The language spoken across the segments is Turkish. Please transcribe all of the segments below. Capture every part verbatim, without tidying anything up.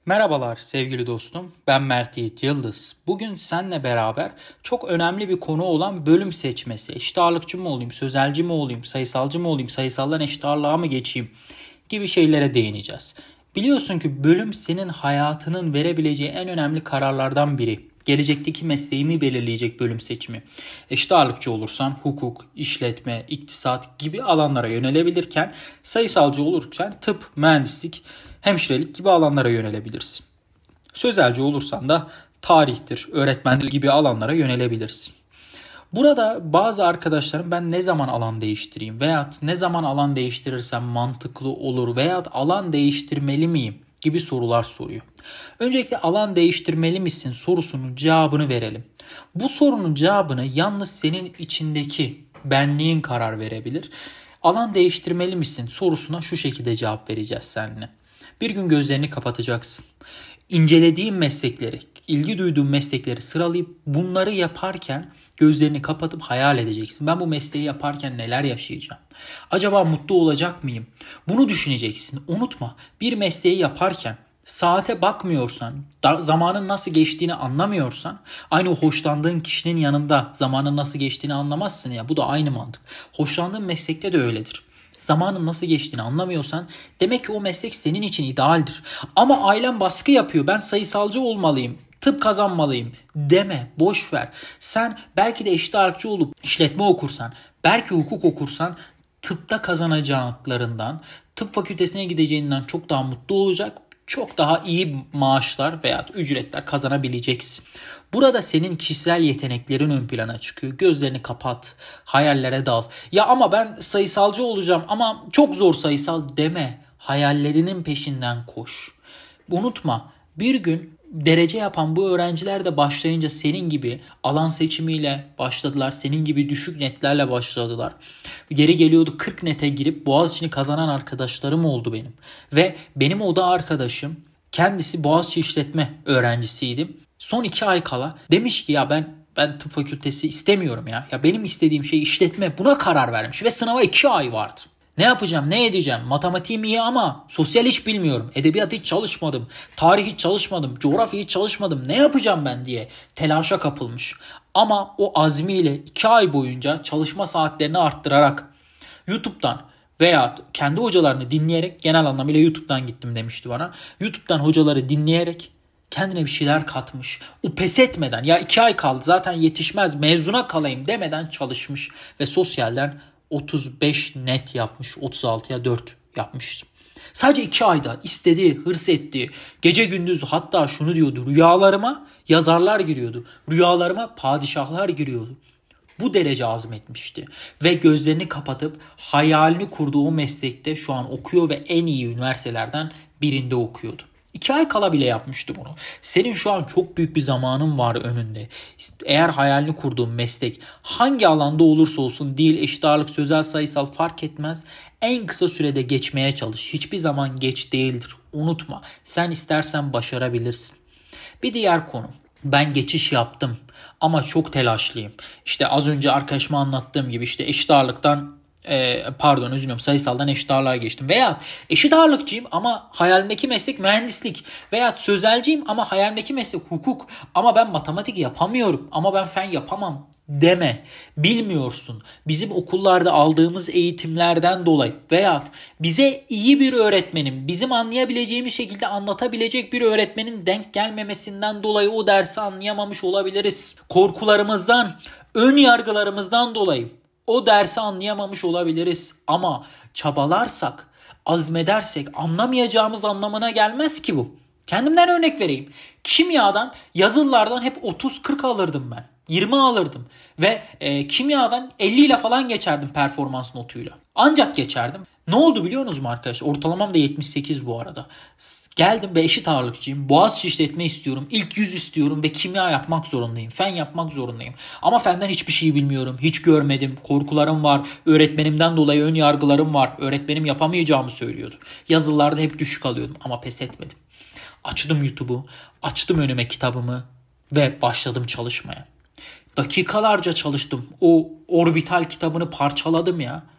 Merhabalar sevgili dostum, ben Mert Yiğit Yıldız. Bugün seninle beraber çok önemli bir konu olan bölüm seçmesi. Eşit ağırlıkçı mı olayım, sözelci mi olayım, sayısalcı mı olayım, sayısaldan eşit ağırlığa mı geçeyim gibi şeylere değineceğiz. Biliyorsun ki bölüm senin hayatının verebileceği en önemli kararlardan biri. Gelecekteki mesleğimi belirleyecek bölüm seçimi. Eşit ağırlıkçı olursan hukuk, işletme, iktisat gibi alanlara yönelebilirken sayısalcı olurken tıp, mühendislik, hemşirelik gibi alanlara yönelebilirsin. Sözelci olursan da tarihtir, öğretmenlik gibi alanlara yönelebilirsin. Burada bazı arkadaşlarım ben ne zaman alan değiştireyim veya ne zaman alan değiştirirsem mantıklı olur veya alan değiştirmeli miyim gibi sorular soruyor. Öncelikle alan değiştirmeli misin sorusunun cevabını verelim. Bu sorunun cevabını yalnız senin içindeki benliğin karar verebilir. Alan değiştirmeli misin sorusuna şu şekilde cevap vereceğiz seninle. Bir gün gözlerini kapatacaksın. İncelediğin meslekleri, ilgi duyduğun meslekleri sıralayıp bunları yaparken gözlerini kapatıp hayal edeceksin. Ben bu mesleği yaparken neler yaşayacağım? Acaba mutlu olacak mıyım? Bunu düşüneceksin. Unutma, bir mesleği yaparken saate bakmıyorsan, zamanın nasıl geçtiğini anlamıyorsan, aynı o hoşlandığın kişinin yanında zamanın nasıl geçtiğini anlamazsın ya. Bu da aynı mantık. Hoşlandığın meslekte de öyledir. Zamanın nasıl geçtiğini anlamıyorsan demek ki o meslek senin için idealdir. Ama ailen baskı yapıyor. Ben sayısalcı olmalıyım, tıp kazanmalıyım deme, boş ver. Sen belki de eşit ağırlıkçı olup işletme okursan, belki hukuk okursan tıpta kazanacaklarından, tıp fakültesine gideceğinden çok daha mutlu olacak, çok daha iyi maaşlar veya ücretler kazanabileceksin. Burada senin kişisel yeteneklerin ön plana çıkıyor. Gözlerini kapat, hayallere dal. Ya ama ben sayısalcı olacağım ama çok zor sayısal deme. Hayallerinin peşinden koş. Unutma, bir gün derece yapan bu öğrenciler de başlayınca senin gibi alan seçimiyle başladılar. Senin gibi düşük netlerle başladılar. Geri geliyordu kırk nete girip Boğaziçi'ni kazanan arkadaşlarım oldu benim. Ve benim oda arkadaşım kendisi Boğaziçi işletme öğrencisiydi. Son iki ay kala demiş ki ya ben ben tıp fakültesi istemiyorum ya. Ya benim istediğim şey işletme, buna karar vermiş ve sınava iki ay vardı. Ne yapacağım, ne edeceğim? Matematiğim iyi ama sosyal hiç bilmiyorum. Edebiyat hiç çalışmadım. Tarih hiç çalışmadım. Coğrafya hiç çalışmadım. Ne yapacağım ben diye telaşa kapılmış. Ama o azmiyle iki ay boyunca çalışma saatlerini arttırarak YouTube'dan veya kendi hocalarını dinleyerek, genel anlamıyla YouTube'dan gittim demişti bana. YouTube'dan hocaları dinleyerek kendine bir şeyler katmış. O pes etmeden, ya iki ay kaldı zaten yetişmez mezuna kalayım demeden çalışmış ve sosyalden otuz beş net yapmış. otuz altıya dört yapmış. Sadece iki ayda istediği, hırs ettiği, gece gündüz, hatta şunu diyordu: rüyalarıma yazarlar giriyordu. Rüyalarıma padişahlar giriyordu. Bu derece azmetmişti. Ve gözlerini kapatıp hayalini kurduğu o meslekte şu an okuyor ve en iyi üniversitelerden birinde okuyordu. İki ay kala bile yapmıştı bunu. Senin şu an çok büyük bir zamanın var önünde. Eğer hayalini kurduğun meslek hangi alanda olursa olsun, değil, eşit ağırlık, sözel, sayısal fark etmez, en kısa sürede geçmeye çalış. Hiçbir zaman geç değildir. Unutma. Sen istersen başarabilirsin. Bir diğer konu. Ben geçiş yaptım ama çok telaşlıyım. İşte az önce arkadaşıma anlattığım gibi işte eşit ağırlıktan e, pardon özür diliyorum sayısaldan eşit ağırlığa geçtim. Veya eşit ağırlıkçıyım ama hayalimdeki meslek mühendislik. Veya sözelciyim ama hayalimdeki meslek hukuk. Ama ben matematik yapamıyorum ama ben fen yapamam deme. Bilmiyorsun. Bizim okullarda aldığımız eğitimlerden dolayı veya bize iyi bir öğretmenin, bizim anlayabileceğimiz şekilde anlatabilecek bir öğretmenin denk gelmemesinden dolayı o dersi anlayamamış olabiliriz. Korkularımızdan, ön yargılarımızdan dolayı o dersi anlayamamış olabiliriz. Ama çabalarsak, azmedersek anlamayacağımız anlamına gelmez ki bu. Kendimden örnek vereyim. Kimyadan, yazılılardan hep otuz kırk alırdım ben. yirmi alırdım ve e, kimyadan elli ile falan geçerdim performans notuyla. Ancak geçerdim. Ne oldu biliyor musunuz arkadaşlar? Ortalamam da yetmiş sekiz bu arada. Geldim ve eşit ağırlıkçıyım. Boğaziçi işletme istiyorum. İlk yüz istiyorum ve kimya yapmak zorundayım. Fen yapmak zorundayım. Ama fenden hiçbir şey bilmiyorum. Hiç görmedim. Korkularım var. Öğretmenimden dolayı ön yargılarım var. Öğretmenim yapamayacağımı söylüyordu. Yazılılarda hep düşük alıyordum ama pes etmedim. Açtım YouTube'u. Açtım önüme kitabımı ve başladım çalışmaya. Dakikalarca çalıştım. O orbital kitabını parçaladım ya.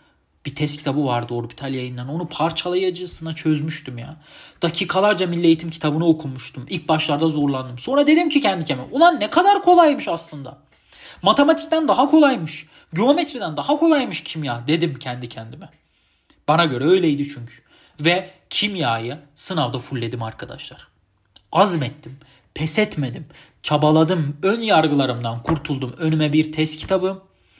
Bir test kitabı vardı Orbital Yayınları'nın. Onu parçalayıcısına çözmüştüm ya. Dakikalarca Milli Eğitim kitabını okumuştum. İlk başlarda zorlandım. Sonra dedim ki kendi kendime, ulan ne kadar kolaymış aslında. Matematikten daha kolaymış. Geometriden daha kolaymış kimya dedim kendi kendime. Bana göre öyleydi çünkü. Ve kimyayı sınavda fullledim arkadaşlar. Azmettim, pes etmedim, çabaladım, ön yargılarımdan kurtuldum. Önüme bir test kitabı,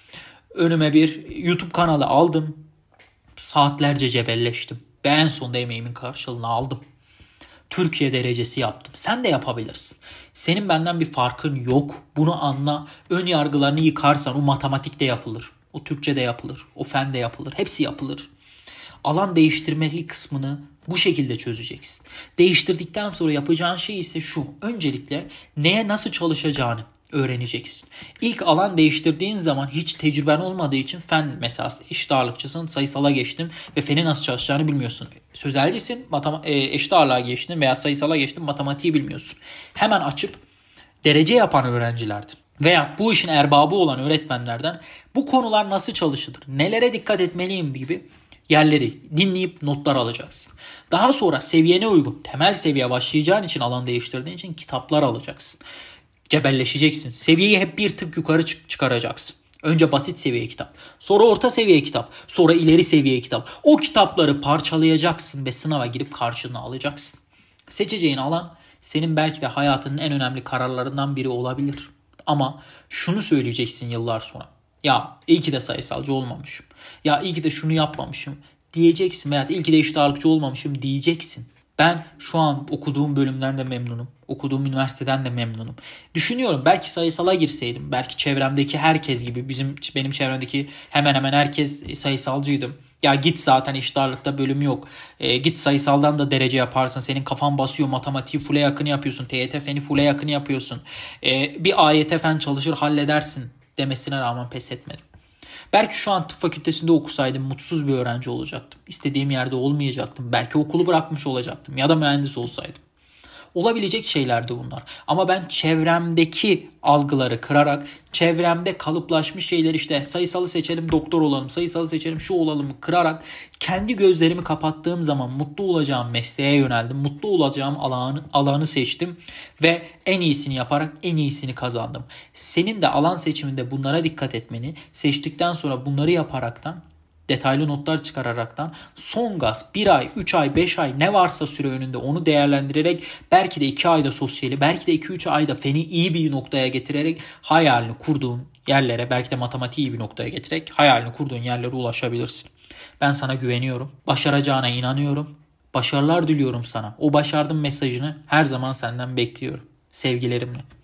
önüme bir YouTube kanalı aldım. Saatlerce cebelleştim. Ve en sonunda emeğimin karşılığını aldım. Türkiye derecesi yaptım. Sen de yapabilirsin. Senin benden bir farkın yok. Bunu anla. Ön yargılarını yıkarsan o matematikte yapılır. O Türkçe de yapılır. O fen de yapılır. Hepsi yapılır. Alan değiştirmeli kısmını bu şekilde çözeceksin. Değiştirdikten sonra yapacağın şey ise şu. Öncelikle neye nasıl çalışacağını öğreneceksin. İlk alan değiştirdiğin zaman hiç tecrüben olmadığı için fen mesela eşit ağırlıkçısın, sayısala geçtin ve fenin nasıl çalışacağını bilmiyorsun. Sözelcisin, matema- eşit ağırlığa geçtin veya sayısala geçtin, matematiği bilmiyorsun. Hemen açıp derece yapan öğrencilerdir. Veya bu işin erbabı olan öğretmenlerden bu konular nasıl çalışılır, nelere dikkat etmeliyim gibi yerleri dinleyip notlar alacaksın. Daha sonra seviyene uygun, temel seviye başlayacağın için, alan değiştirdiğin için kitaplar alacaksın. Cebelleşeceksin. Seviyeyi hep bir tık yukarı çıkaracaksın. Önce basit seviye kitap, sonra orta seviye kitap, sonra ileri seviye kitap. O kitapları parçalayacaksın ve sınava girip karşılığını alacaksın. Seçeceğin alan senin belki de hayatının en önemli kararlarından biri olabilir. Ama şunu söyleyeceksin yıllar sonra. Ya iyi ki de sayısalcı olmamışım. Ya iyi ki de şunu yapmamışım diyeceksin. Veya iyi ki de eşit ağırlıkçı olmamışım diyeceksin. Ben şu an okuduğum bölümden de memnunum. Okuduğum üniversiteden de memnunum. Düşünüyorum belki sayısala girseydim. Belki çevremdeki herkes gibi, bizim benim çevremdeki hemen hemen herkes sayısalcıydım. Ya git zaten eşit ağırlıkta bölüm yok. E, git sayısaldan da derece yaparsın. Senin kafan basıyor. Matematiği full'e yakın yapıyorsun. T Y T feni full'e yakın yapıyorsun. E, bir A Y T fen çalışır halledersin demesine rağmen pes etmedim. Belki şu an tıp fakültesinde okusaydım mutsuz bir öğrenci olacaktım. İstediğim yerde olmayacaktım. Belki okulu bırakmış olacaktım ya da mühendis olsaydım. Olabilecek şeylerdi bunlar. Ama ben çevremdeki algıları kırarak, çevremde kalıplaşmış şeyler, işte sayısalı seçelim doktor olalım, sayısalı seçelim şu olalım kırarak kendi gözlerimi kapattığım zaman mutlu olacağım mesleğe yöneldim. Mutlu olacağım alanı, alanı seçtim ve en iyisini yaparak en iyisini kazandım. Senin de alan seçiminde bunlara dikkat etmeni, seçtikten sonra bunları yaparaktan, detaylı notlar çıkararaktan son gaz bir ay, üç ay, beş ay ne varsa süre önünde onu değerlendirerek belki de iki ayda sosyali, belki de iki üç ayda feni iyi bir noktaya getirerek hayalini kurduğun yerlere, belki de matematiği iyi bir noktaya getirerek hayalini kurduğun yerlere ulaşabilirsin. Ben sana güveniyorum. Başaracağına inanıyorum. Başarılar diliyorum sana. O başardım mesajını her zaman senden bekliyorum. Sevgilerimle.